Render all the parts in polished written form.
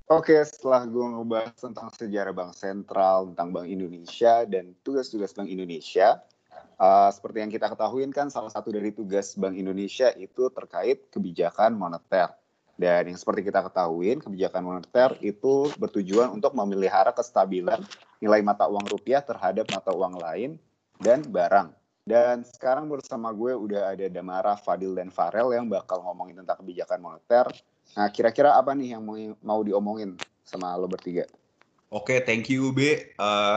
Oke, setelah gue ngebahas tentang sejarah Bank Sentral, tentang Bank Indonesia, dan tugas-tugas Bank Indonesia, seperti yang kita ketahui kan salah satu dari tugas Bank Indonesia itu terkait kebijakan moneter. Dan yang seperti kita ketahui, kebijakan moneter itu bertujuan untuk memelihara kestabilan nilai mata uang rupiah terhadap mata uang lain dan barang. Dan sekarang bersama gue udah ada Damara, Fadil, dan Farel yang bakal ngomongin tentang kebijakan moneter. Nah, kira-kira apa nih yang mau diomongin sama lo bertiga? Oke, thank you, B.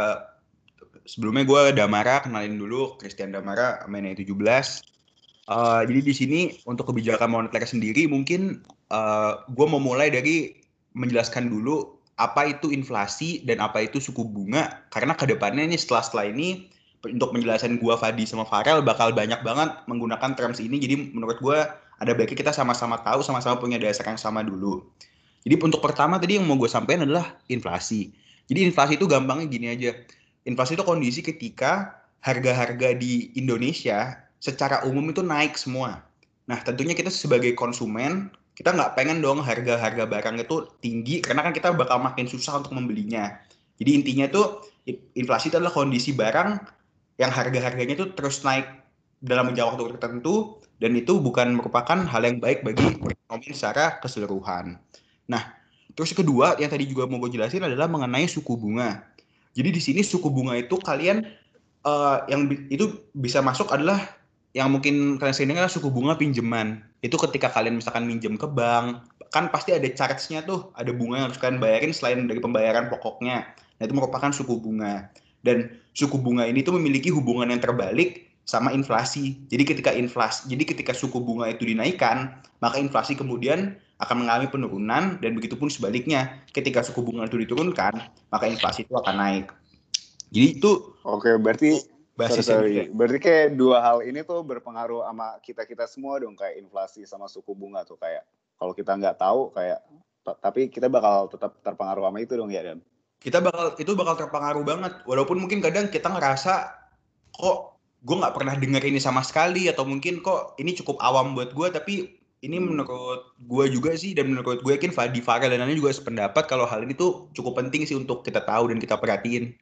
Sebelumnya gue Damara, kenalin dulu Christian Damara, main 17. Jadi di sini untuk kebijakan moneter sendiri mungkin gue mau mulai dari menjelaskan dulu apa itu inflasi dan apa itu suku bunga. Karena kedepannya ini setelah ini untuk penjelasan gue, Fadi, sama Farel bakal banyak banget menggunakan terms ini. Jadi menurut gue ada baiknya kita sama-sama tahu, sama-sama punya dasar yang sama dulu. Jadi untuk pertama tadi yang mau gue sampaikan adalah inflasi. Jadi inflasi itu gampangnya gini aja. Inflasi itu kondisi ketika harga-harga di Indonesia secara umum itu naik semua. Nah, tentunya kita sebagai konsumen, kita nggak pengen dong harga-harga barang itu tinggi, karena kan kita bakal makin susah untuk membelinya. Jadi intinya tuh, inflasi itu adalah kondisi barang yang harga-harganya itu terus naik dalam jangka waktu tertentu, dan itu bukan merupakan hal yang baik bagi perekonomian secara keseluruhan. Nah, terus kedua yang tadi juga mau gue jelasin adalah mengenai suku bunga. Jadi di sini suku bunga itu kalian yang itu bisa masuk adalah yang mungkin kalian sering dengar suku bunga pinjaman. Itu ketika kalian misalkan minjem ke bank, kan pasti ada charge-nya tuh, ada bunga yang harus kalian bayarin selain dari pembayaran pokoknya. Nah, itu merupakan suku bunga. Dan suku bunga ini tuh memiliki hubungan yang terbalik sama inflasi. Jadi ketika suku bunga itu dinaikkan, maka inflasi kemudian akan mengalami penurunan, dan begitupun sebaliknya. Ketika suku bunga itu diturunkan, maka inflasi itu akan naik. Jadi itu Oke, berarti basisnya. Berarti kayak dua hal ini tuh berpengaruh sama kita semua dong, kayak inflasi sama suku bunga tuh, kayak kalau kita nggak tahu kayak tapi kita bakal tetap terpengaruh sama itu dong ya, Dan. Itu bakal terpengaruh banget, walaupun mungkin kadang kita ngerasa kok gue nggak pernah dengar ini sama sekali, atau mungkin kok ini cukup awam buat gue, tapi ini menurut gue juga sih, dan menurut gue yakin Fadi, Farel, dan lainnya juga sependapat kalau hal ini tuh cukup penting sih untuk kita tahu dan kita perhatiin.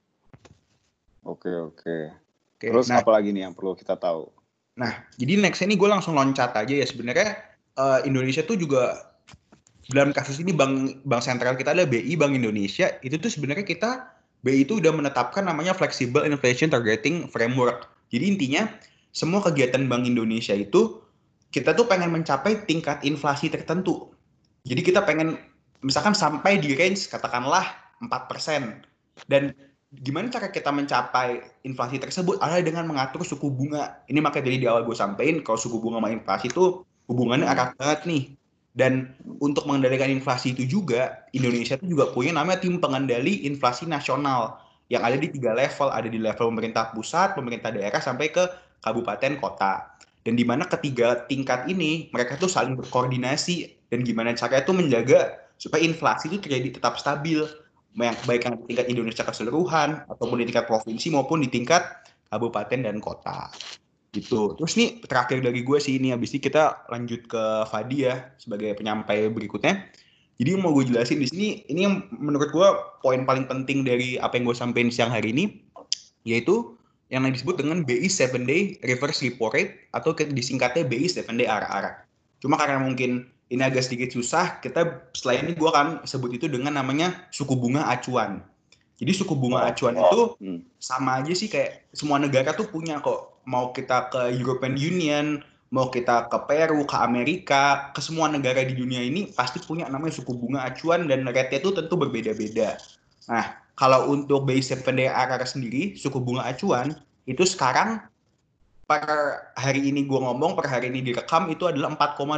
Oke. Oke, Terus apa lagi nih yang perlu kita tahu? nah jadi next ini gue langsung loncat aja ya. Sebenarnya Indonesia tuh juga dalam kasus ini bank sentral kita adalah BI, Bank Indonesia. Itu tuh sebenarnya BI itu udah menetapkan namanya Flexible Inflation Targeting Framework. Jadi intinya semua kegiatan Bank Indonesia itu kita tuh pengen mencapai tingkat inflasi tertentu. Jadi kita pengen misalkan sampai di range katakanlah 4%. Dan gimana cara kita mencapai inflasi tersebut adalah dengan mengatur suku bunga. Ini makanya dari di awal gue sampein kalau suku bunga sama inflasi itu hubungannya erat banget nih. Dan untuk mengendalikan inflasi itu juga, Indonesia itu juga punya namanya tim pengendali inflasi nasional yang ada di 3 level. Ada di level pemerintah pusat, pemerintah daerah, sampai ke kabupaten, kota. Dan di mana ketiga tingkat ini, mereka tuh saling berkoordinasi. Dan gimana caranya tuh menjaga supaya inflasi itu terjadi tetap stabil. Baik yang di tingkat Indonesia keseluruhan, ataupun di tingkat provinsi, maupun di tingkat kabupaten dan kota. Gitu. Terus nih terakhir dari gue sih ini, habis ini kita lanjut ke Fadi ya sebagai penyampai berikutnya. Jadi yang mau gue jelasin di sini, ini yang menurut gue poin paling penting dari apa yang gue sampaikan siang hari ini, yaitu yang disebut dengan BI 7 Day Reverse Repo Rate, atau disingkatnya BI 7 Day RR. Cuma karena mungkin ini agak sedikit susah, kita setelah ini gue akan sebut itu dengan namanya suku bunga acuan. Jadi suku bunga acuan itu sama aja sih kayak semua negara tuh punya kok. Mau kita ke European Union, mau kita ke Peru, ke Amerika, ke semua negara di dunia ini pasti punya namanya suku bunga acuan, dan rate-nya itu tentu berbeda-beda. Nah, kalau untuk BI 7 DRR sendiri, suku bunga acuan, itu sekarang per hari ini gue ngomong, per hari ini direkam, itu adalah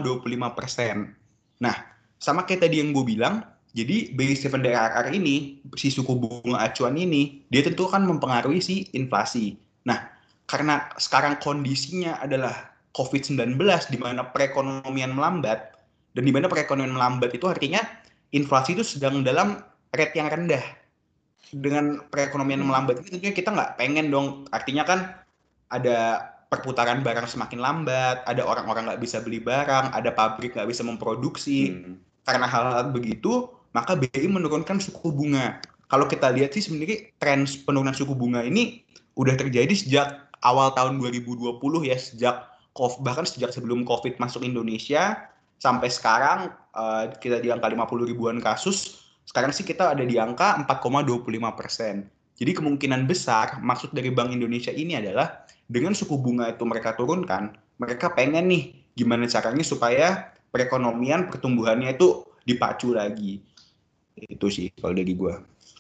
4,25%. Nah, sama kayak tadi yang gue bilang, jadi BI 7 DRR ini, si suku bunga acuan ini, dia tentu kan mempengaruhi si inflasi. Nah, karena sekarang kondisinya adalah COVID-19, di mana perekonomian melambat, dan di mana perekonomian melambat itu artinya inflasi itu sedang dalam rate yang rendah. Dengan perekonomian melambat itu tentunya kita nggak pengen dong, artinya kan ada perputaran barang semakin lambat, ada orang-orang nggak bisa beli barang, ada pabrik nggak bisa memproduksi. Karena hal-hal begitu, maka BI menurunkan suku bunga. Kalau kita lihat sih sebenarnya tren penurunan suku bunga ini udah terjadi sejak awal tahun 2020 ya, bahkan sejak sebelum COVID masuk Indonesia sampai sekarang kita di angka 50 ribuan kasus. Sekarang sih kita ada di angka 4,25%. Jadi kemungkinan besar maksud dari Bank Indonesia ini adalah dengan suku bunga itu mereka turunkan, mereka pengen nih gimana caranya supaya perekonomian pertumbuhannya itu dipacu lagi. Itu sih kalau dari gue.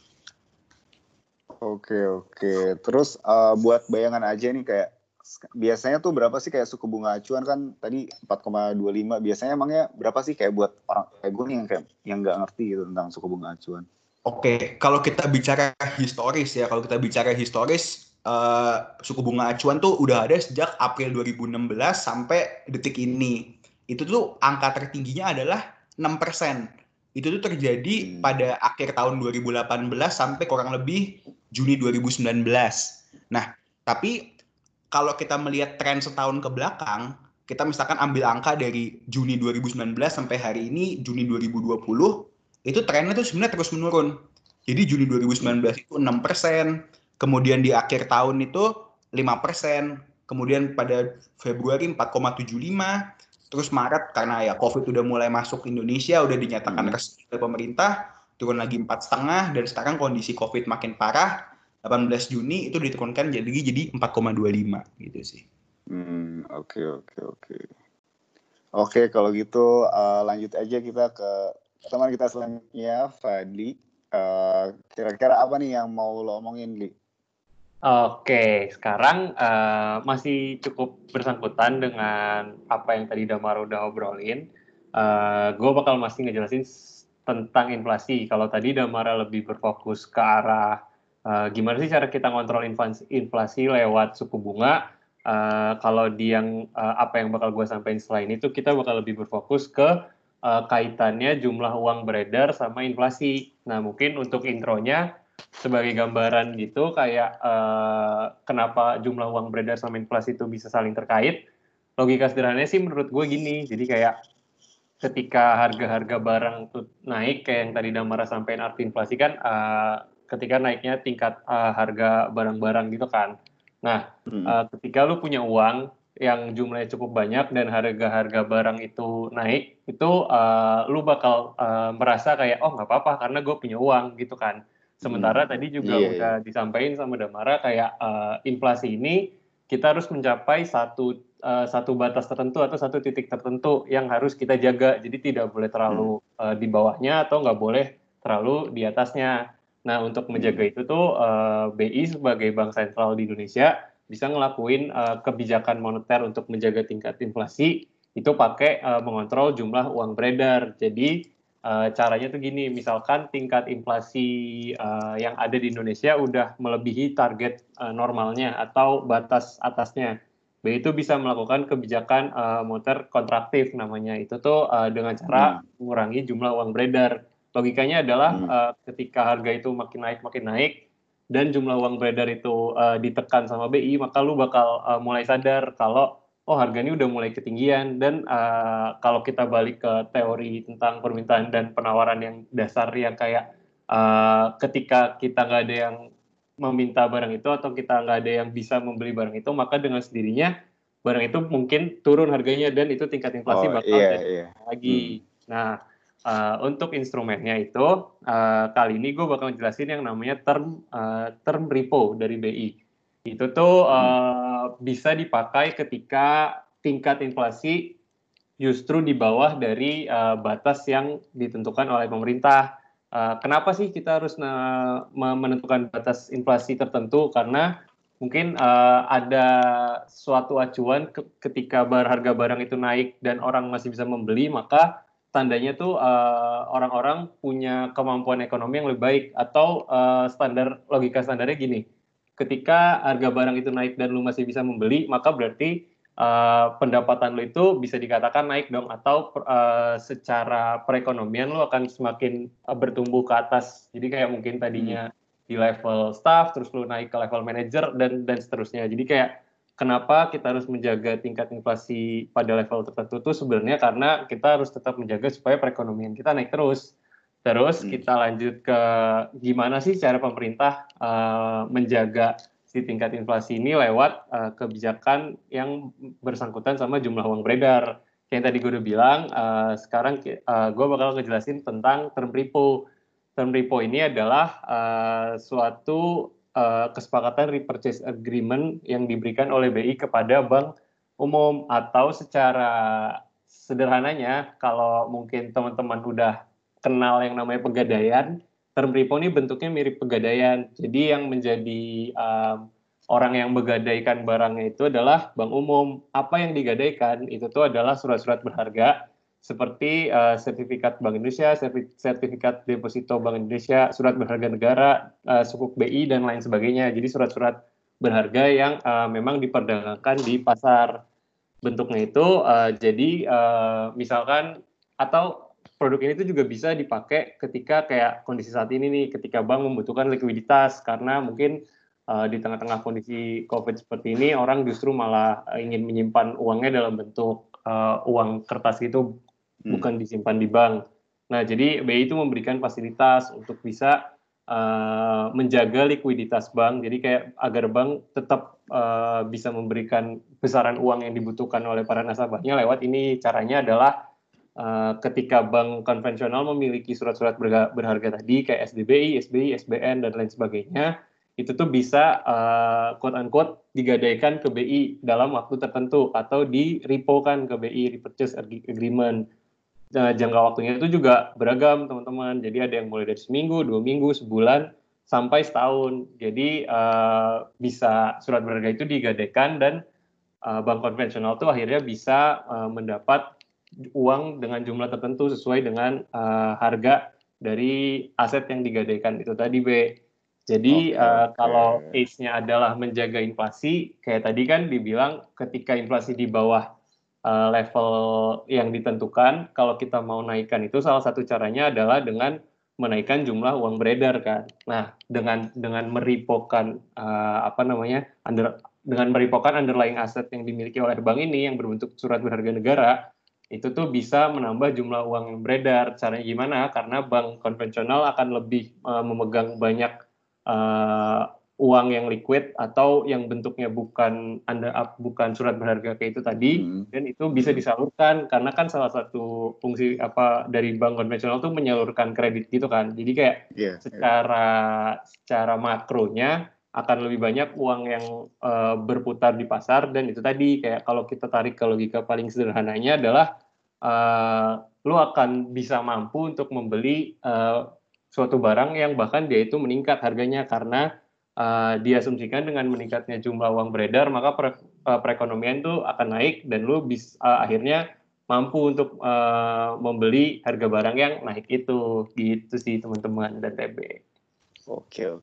Oke. Terus buat bayangan aja nih kayak biasanya tuh berapa sih kayak suku bunga acuan kan tadi 4,25, biasanya emangnya berapa sih kayak buat orang kayak gue nih yang nggak ngerti gitu tentang suku bunga acuan. Oke, kalau kita bicara historis ya, suku bunga acuan tuh udah ada sejak April 2016 sampai detik ini. Itu tuh angka tertingginya adalah 6%. Itu tuh terjadi pada akhir tahun 2018 sampai kurang lebih Juni 2019. Nah, tapi kalau kita melihat tren setahun ke belakang, kita misalkan ambil angka dari Juni 2019 sampai hari ini Juni 2020, itu trennya tuh sebenarnya terus menurun. Jadi Juni 2019 itu 6%, kemudian di akhir tahun itu 5%, kemudian pada Februari 4,75%, terus Maret karena ya COVID udah mulai masuk Indonesia, udah dinyatakan resmi oleh pemerintah, turun lagi 4,5%, dan sekarang kondisi COVID makin parah, 18 Juni itu diturunkan jadi 4,25 gitu sih. Oke. Oke, kalau gitu lanjut aja kita ke teman kita selanjutnya, Fadli. Kira-kira apa nih yang mau lo omongin, Li? Oke, sekarang masih cukup bersangkutan dengan apa yang tadi Damar udah obrolin. Gue bakal masih ngejelasin tentang inflasi. Kalau tadi Damara lebih berfokus ke arah gimana sih cara kita ngontrol inflasi lewat suku bunga. Kalau apa yang bakal gue sampaikan selain itu, kita bakal lebih berfokus ke kaitannya jumlah uang beredar sama inflasi. Nah, mungkin untuk intronya, sebagai gambaran gitu kayak kenapa jumlah uang beredar sama inflasi itu bisa saling terkait. Logika sederhananya sih menurut gue gini, jadi kayak ketika harga-harga barang tuh naik kayak yang tadi Damara sampaikan, arti inflasi kan ketika naiknya tingkat harga barang-barang gitu kan. Nah, ketika lu punya uang yang jumlahnya cukup banyak dan harga-harga barang itu naik, itu lu bakal merasa kayak oh nggak apa-apa karena gue punya uang gitu kan. Sementara tadi juga udah disampaikan sama Damara kayak inflasi ini kita harus mencapai satu batas tertentu atau satu titik tertentu yang harus kita jaga. Jadi tidak boleh terlalu di bawahnya atau nggak boleh terlalu di atasnya. Nah, untuk menjaga itu tuh BI sebagai bank sentral di Indonesia bisa ngelakuin kebijakan moneter untuk menjaga tingkat inflasi itu pakai mengontrol jumlah uang beredar. Jadi caranya tuh gini, misalkan tingkat inflasi yang ada di Indonesia udah melebihi target normalnya atau batas atasnya. BI itu bisa melakukan kebijakan moneter kontraktif namanya. Itu tuh dengan cara mengurangi jumlah uang beredar. Logikanya adalah ketika harga itu makin naik dan jumlah uang beredar itu ditekan sama BI, maka lu bakal mulai sadar kalau oh harga ini udah mulai ketinggian. Dan kalau kita balik ke teori tentang permintaan dan penawaran yang dasar yang kayak ketika kita nggak ada yang meminta barang itu atau kita nggak ada yang bisa membeli barang itu, maka dengan sendirinya barang itu mungkin turun harganya dan itu tingkat inflasi bakal jadi lagi. Nah, untuk instrumennya itu kali ini gue bakal jelasin yang namanya term repo dari BI. Itu tuh bisa dipakai ketika tingkat inflasi justru di bawah dari batas yang ditentukan oleh pemerintah. Kenapa sih kita harus menentukan batas inflasi tertentu? Karena mungkin ada suatu acuan ketika harga barang itu naik dan orang masih bisa membeli, maka tandanya tuh orang-orang punya kemampuan ekonomi yang lebih baik. Atau logika standarnya gini, ketika harga barang itu naik dan lu masih bisa membeli, maka berarti pendapatan lo itu bisa dikatakan naik dong, atau secara perekonomian lo akan semakin bertumbuh ke atas. Jadi kayak mungkin tadinya di level staff, terus lo naik ke level manager dan seterusnya. Jadi kayak kenapa kita harus menjaga tingkat inflasi pada level tertentu tuh sebenarnya karena kita harus tetap menjaga supaya perekonomian kita naik terus. Terus kita lanjut ke gimana sih cara pemerintah menjaga si tingkat inflasi ini lewat kebijakan yang bersangkutan sama jumlah uang beredar. Yang tadi gue udah bilang, sekarang gue bakal ngejelasin tentang term repo. Term repo ini adalah suatu kesepakatan repurchase agreement yang diberikan oleh BI kepada bank umum, atau secara sederhananya kalau mungkin teman-teman udah kenal yang namanya pegadaian, term repo ini bentuknya mirip pegadaian. Jadi yang menjadi orang yang menggadaikan barangnya itu adalah bank umum. Apa yang digadaikan itu tuh adalah surat-surat berharga seperti sertifikat Bank Indonesia, sertifikat deposito Bank Indonesia, surat berharga negara, sukuk BI, dan lain sebagainya. Jadi surat-surat berharga yang memang diperdagangkan di pasar. Bentuknya itu jadi misalkan, atau produk ini tuh juga bisa dipakai ketika kayak kondisi saat ini nih, ketika bank membutuhkan likuiditas karena mungkin di tengah-tengah kondisi COVID seperti ini, orang justru malah ingin menyimpan uangnya dalam bentuk uang kertas gitu, bukan disimpan di bank. Nah, jadi BI itu memberikan fasilitas untuk bisa menjaga likuiditas bank. Jadi kayak agar bank tetap bisa memberikan besaran uang yang dibutuhkan oleh para nasabahnya lewat ini. Caranya adalah ketika bank konvensional memiliki surat-surat berharga tadi kayak SDBI, SBI, SBN, dan lain sebagainya, itu tuh bisa quote-unquote digadaikan ke BI dalam waktu tertentu atau di-repo-kan ke BI, repurchase agreement. Jangka waktunya itu juga beragam, teman-teman. Jadi ada yang mulai dari seminggu, 2 minggu, sebulan, sampai setahun. Jadi bisa surat berharga itu digadaikan, dan bank konvensional tuh akhirnya bisa mendapat uang dengan jumlah tertentu sesuai dengan harga dari aset yang digadaikan itu tadi, B. Jadi kalau case-nya adalah menjaga inflasi, kayak tadi kan dibilang ketika inflasi di bawah level yang ditentukan, kalau kita mau naikkan itu salah satu caranya adalah dengan menaikkan jumlah uang beredar kan. Nah, dengan meripokan dengan meripokan underlying aset yang dimiliki oleh bank ini yang berbentuk surat berharga negara, itu tuh bisa menambah jumlah uang yang beredar. Caranya gimana? Karena bank konvensional akan lebih memegang banyak uang yang liquid atau yang bentuknya bukan surat berharga kayak itu tadi, dan itu bisa disalurkan, karena kan salah satu fungsi dari bank konvensional tuh menyalurkan kredit gitu kan. Jadi kayak secara makronya akan lebih banyak uang yang berputar di pasar, dan itu tadi kayak kalau kita tarik ke logika paling sederhananya adalah lu akan bisa mampu untuk membeli suatu barang yang bahkan dia itu meningkat harganya karena diasumsikan dengan meningkatnya jumlah uang beredar, maka perekonomian itu akan naik, dan lu bisa akhirnya mampu untuk membeli harga barang yang naik itu. Gitu sih teman-teman dan TB. Oke.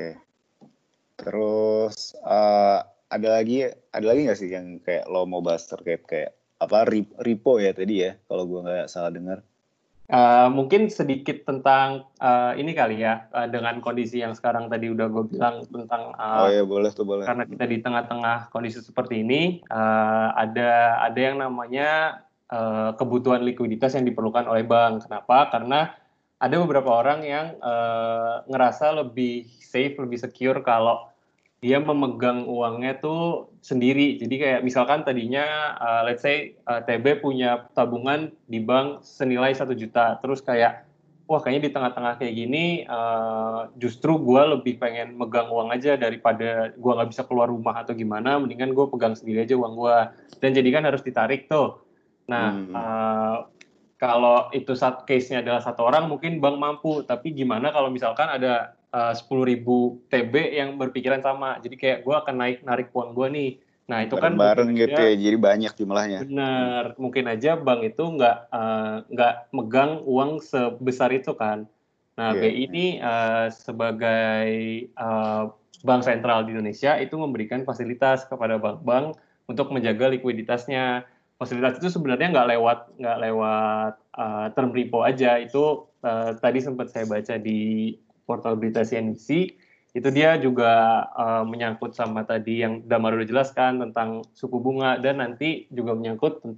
Terus ada lagi nggak sih yang kayak lo mau bahas terkait kayak apa repo ya tadi ya, kalau gue nggak salah dengar? Mungkin sedikit tentang ini kali ya, dengan kondisi yang sekarang tadi udah gue bilang tentang boleh. Karena kita di tengah-tengah kondisi seperti ini, ada yang namanya kebutuhan likuiditas yang diperlukan oleh bank. Kenapa? Karena ada beberapa orang yang ngerasa lebih safe, lebih secure kalau dia memegang uangnya tuh sendiri. Jadi kayak misalkan tadinya let's say TB punya tabungan di bank senilai 1 juta. Terus kayak wah kayaknya di tengah-tengah kayak gini justru gue lebih pengen megang uang aja daripada gue nggak bisa keluar rumah atau gimana. Mendingan gue pegang sendiri aja uang gue. Dan jadi kan harus ditarik tuh. Nah kalau itu case-nya adalah satu orang mungkin bank mampu. Tapi gimana kalau misalkan ada 10.000 TB yang berpikiran sama, jadi kayak gue akan narik uang gue nih. Nah itu kan bareng gitu ya, jadi banyak jumlahnya. Benar, mungkin aja bank itu nggak megang uang sebesar itu kan. Nah BI ini sebagai bank sentral di Indonesia itu memberikan fasilitas kepada bank-bank untuk menjaga likuiditasnya. Fasilitas itu sebenarnya nggak lewat term repo aja. Itu tadi sempat saya baca di portal berita CNBC, itu dia juga menyangkut sama tadi yang Damar udah jelaskan tentang suku bunga, dan nanti juga menyangkut tentang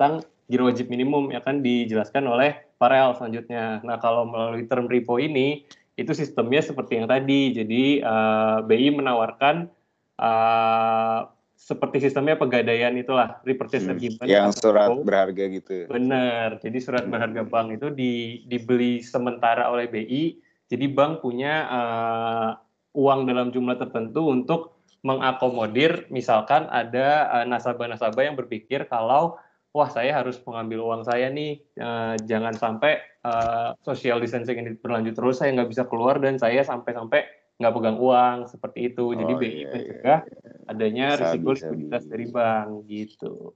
giro wajib minimum ya kan dijelaskan oleh Farel selanjutnya. Nah, kalau melalui term repo ini itu sistemnya seperti yang tadi. Jadi BI menawarkan seperti sistemnya pegadaian itulah, repurchase agreement yang atau surat repo. berharga gitu. Benar. Jadi surat berharga bank itu dibeli sementara oleh BI. Jadi bank punya uang dalam jumlah tertentu untuk mengakomodir misalkan ada nasabah-nasabah yang berpikir kalau wah saya harus mengambil uang saya nih jangan sampai social distancing ini berlanjut terus saya nggak bisa keluar dan saya sampai-sampai nggak pegang uang seperti itu. Jadi BI mencegah adanya risiko likuiditas dari bank gitu.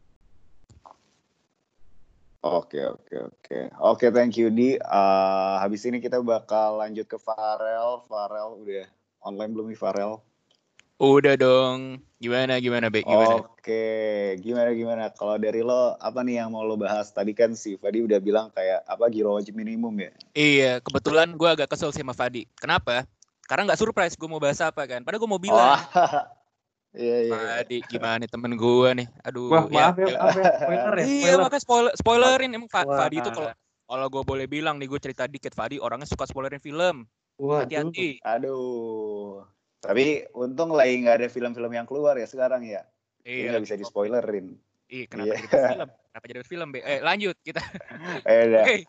Oke, thank you Di. Habis ini kita bakal lanjut ke Farel. Farel udah online belum nih Farel? Udah dong. Gimana Be? Gimana? Oke, gimana? Kalau dari lo, apa nih yang mau lo bahas? Tadi kan si Fadi udah bilang kayak apa giro wajib minimum ya? Iya, kebetulan gue agak kesel sama Fadi. Kenapa? Karena nggak surprise gue mau bahas apa kan. Padahal gue mau bilang. Iya. Fadi, gimana nih temen gue nih? Aduh. Wah, maaf ya, spoiler ya. Iya, makanya spoilerin. Emang Fadi itu kalau gue boleh bilang nih, gue cerita dikit. Fadi orangnya suka spoilerin film. Hati-hati. Aduh. Tapi untung lagi nggak ada film-film yang keluar ya sekarang ya. Jadi nggak bisa di-spoilerin. Iya, kenapa jadi film? Be? Lanjut kita. Oke.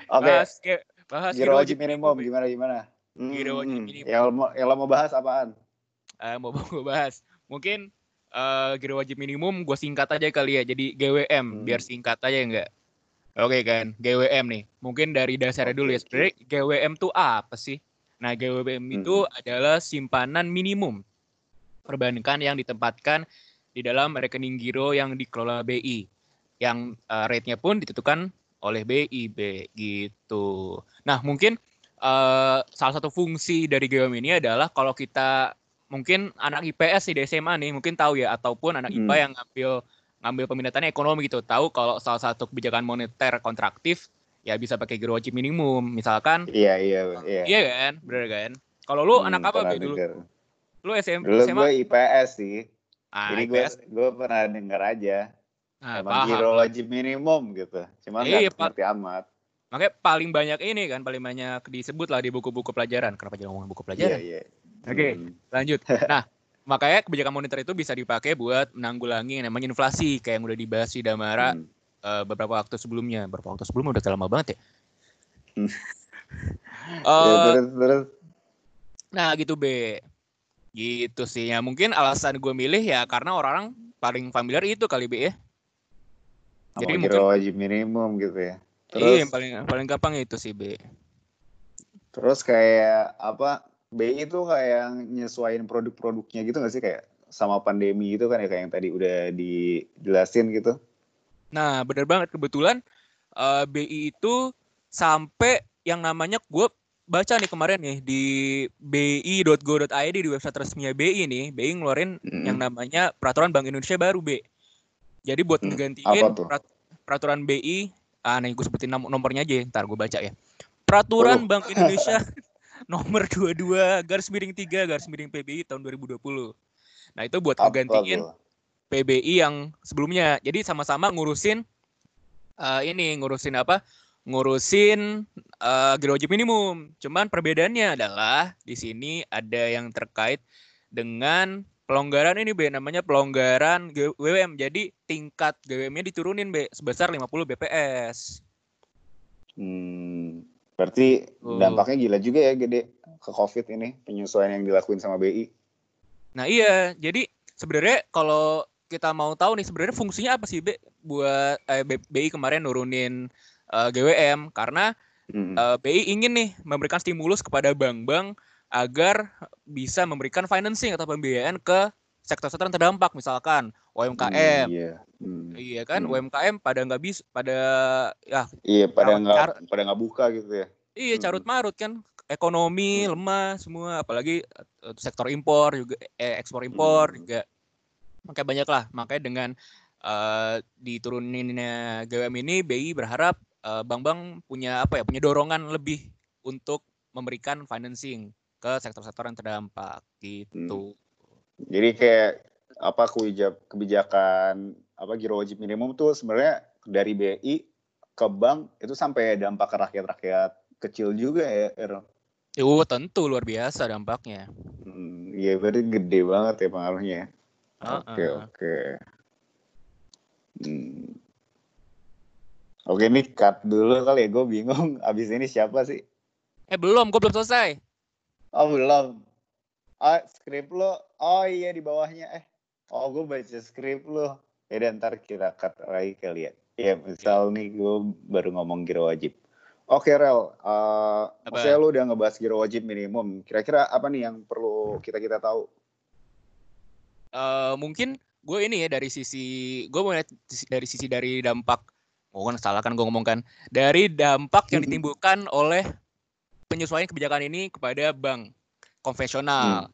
Bahas giro wajib minimum gimana? Giro wajib minimum. Yang lo mau bahas apaan? Mau bahas. Mungkin giro wajib minimum gue singkat aja kali ya. Jadi GWM, biar singkat aja enggak? Oke kan, GWM nih. Mungkin dari dasarnya dulu ya. Sebenarnya GWM tuh apa sih? Nah, GWM itu adalah simpanan minimum perbankan yang ditempatkan di dalam rekening giro yang dikelola BI. Yang rate-nya pun ditentukan oleh BI, gitu. Nah, mungkin salah satu fungsi dari GWM ini adalah kalau kita mungkin anak IPS di SMA nih mungkin tahu ya, ataupun anak IPA yang ngambil peminatannya ekonomi gitu, tahu kalau salah satu kebijakan moneter kontraktif ya bisa pakai giro wajib minimum misalkan. Iya kan, bener kan? Kalau lu anak apa Be dulu? Lu SMA? Dulu gue IPS sih. Jadi IPS. gue pernah denger aja. Emang paham giro lah. wajib minimum gitu. Cuma nggak ngerti amat. Makanya paling banyak disebut lah di buku-buku pelajaran. Kenapa jadi ngomong buku pelajaran? Iya. Oke, lanjut. Nah, makanya kebijakan moneter itu bisa dipakai buat menanggulangi yang namanya inflasi, kayak yang udah dibahas di Damara beberapa waktu sebelumnya. Udah lama banget ya. Terus. Nah, gitu Be. Gitu sih. Ya mungkin alasan gue milih ya karena orang paling familiar itu kali Be ya. Jadi giro wajib minimum gitu ya. Terus, iya, paling gampang itu sih Be. Terus kayak apa? BI itu kayak nyesuaiin produk-produknya gitu nggak sih, kayak sama pandemi gitu kan ya, kayak yang tadi udah dijelasin gitu. Nah benar banget, kebetulan BI itu sampai yang namanya gue baca nih kemarin nih di bi.go.id di website resminya BI nih, BI ngeluarin yang namanya peraturan Bank Indonesia baru B. Jadi buat ngegantiin peraturan BI, nih gue sebutin nomornya aja, ntar gue baca ya. Peraturan Bank Indonesia nomor 22/3/PBI tahun 2020. Nah, itu buat ngegantiin PBI yang sebelumnya. Jadi sama-sama ngurusin giro wajib minimum. Cuman perbedaannya adalah di sini ada yang terkait dengan pelonggaran ini B, namanya pelonggaran GWM. Jadi tingkat GWM-nya diturunin B sebesar 50 BPS. Berarti dampaknya gila juga ya, gede ke COVID ini, penyesuaian yang dilakuin sama BI. Nah iya, jadi sebenarnya kalau kita mau tahu nih sebenarnya fungsinya apa sih buat BI kemarin nurunin GWM, karena BI ingin nih memberikan stimulus kepada bank-bank agar bisa memberikan financing atau pembiayaan ke sektor-sektor yang terdampak, misalkan UMKM. Iya kan, UMKM pada nggak bisa, pada nggak buka gitu ya. Iya, carut marut kan, ekonomi lemah semua, apalagi sektor impor juga, ekspor impor juga. Makanya banyak lah, makanya dengan dituruninnya GWM ini, BI berharap bank-bank punya punya dorongan lebih untuk memberikan financing ke sektor-sektor yang terdampak gitu. Jadi kayak kebijakan giro wajib minimum tuh sebenarnya dari BI ke bank itu sampai dampak ke rakyat-rakyat kecil juga ya, Errol? Tentu luar biasa dampaknya. Iya, berarti gede banget ya pengaruhnya. Uh-uh. Oke. Oke, nih cut dulu kali ya, gue bingung. Abis ini siapa sih? Belum, gue belum selesai. Oh, belum. Skrip lo. Oh iya, di bawahnya. Gue baca skrip lo. Ya, ntar kita cut lagi kali ya. Ya, misal nih gue baru ngomong giro wajib. Oke, Rel. Maksudnya lo udah ngebahas giro wajib minimum. Kira-kira apa nih yang perlu kita tahu? Mungkin gue ini ya dari sisi dari dampak. Kan salah kan gue ngomong kan. Dari dampak yang ditimbulkan oleh penyesuaian kebijakan ini kepada bank konvensional.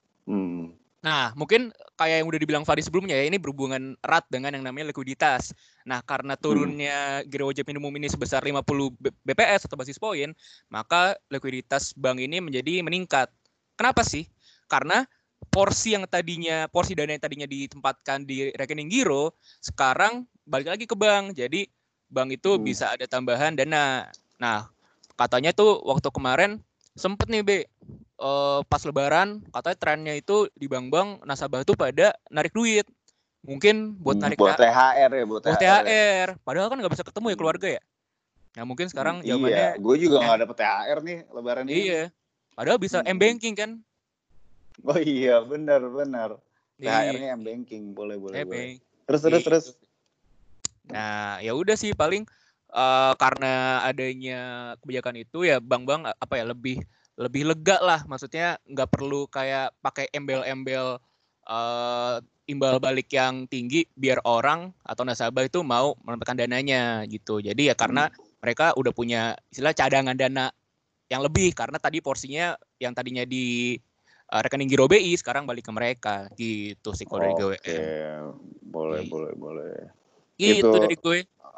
Nah, mungkin kayak yang udah dibilang Fadi sebelumnya ya, ini berhubungan erat dengan yang namanya likuiditas. Nah, karena turunnya giro wajib minimum ini sebesar 50 BPS atau basis poin, maka likuiditas bank ini menjadi meningkat. Kenapa sih? Karena porsi dana yang tadinya ditempatkan di rekening giro, sekarang balik lagi ke bank. Jadi, bank itu bisa ada tambahan dana. Nah, katanya tuh waktu kemarin sempet nih, pas lebaran katanya trennya itu di bank-bank nasabah tuh pada narik duit. Mungkin buat narik THR ya, buat THR. Padahal kan nggak bisa ketemu ya keluarga ya. Nah, mungkin sekarang zamannya gue juga nggak dapet THR nih lebaran ini. Iya. Padahal bisa M-banking kan. Oh iya, benar. THR-nya M-banking, boleh. Terus. Nah, ya udah sih paling karena adanya kebijakan itu ya bank-bank lebih lega lah, maksudnya nggak perlu kayak pakai embel-embel imbal balik yang tinggi biar orang atau nasabah itu mau menempatkan dananya gitu. Jadi ya karena mereka udah punya istilah cadangan dana yang lebih karena tadi porsinya yang tadinya di rekening giro BI sekarang balik ke mereka gitu sih kalau dari GWM. Boleh. Gitu dari gue.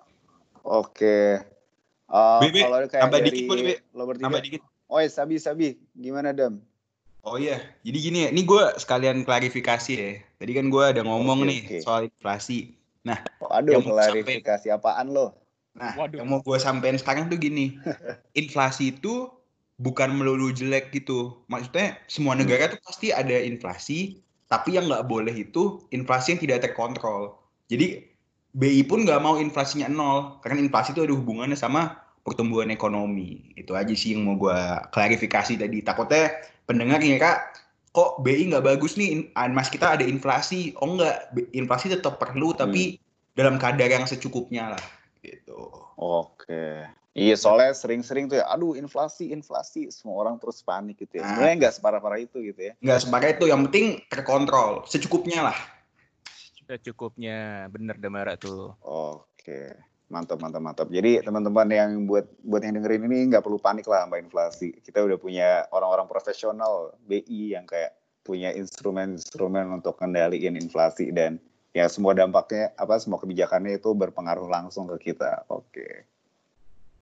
Oke. Kalau kayak tambah dari dikit boleh, lo bertiga. tambah dikit. Oh ya, Sabi, gimana Dam? Oh iya, jadi gini ya, ini gue sekalian klarifikasi ya. Tadi kan gue ada ngomong soal inflasi. Nah, aduh, klarifikasi apaan lo? Nah, yang mau gue sampein sekarang tuh gini, inflasi itu bukan melulu jelek gitu. Maksudnya semua negara tuh pasti ada inflasi, tapi yang nggak boleh itu inflasi yang tidak terkontrol. Jadi BI pun nggak mau inflasinya nol, karena inflasi itu ada hubungannya sama pertumbuhan ekonomi. Itu aja sih yang mau gue klarifikasi tadi. Takutnya pendengar ngira, kok BI nggak bagus nih, mas kita ada inflasi. Oh nggak, inflasi tetap perlu, tapi dalam kadar yang secukupnya lah. Gitu. Oke. Iya, soalnya sering-sering tuh ya, aduh inflasi, semua orang terus panik gitu ya. Sebenarnya nggak separah-parah itu gitu ya. Nggak separah itu, yang penting terkontrol, secukupnya lah. Secukupnya, bener Damara tuh. Oke, mantap. Jadi teman-teman yang buat yang dengerin ini nggak perlu panik lah sama inflasi. Kita udah punya orang-orang profesional BI yang kayak punya instrumen untuk kendaliin inflasi dan ya semua dampaknya semua kebijakannya itu berpengaruh langsung ke kita. Oke.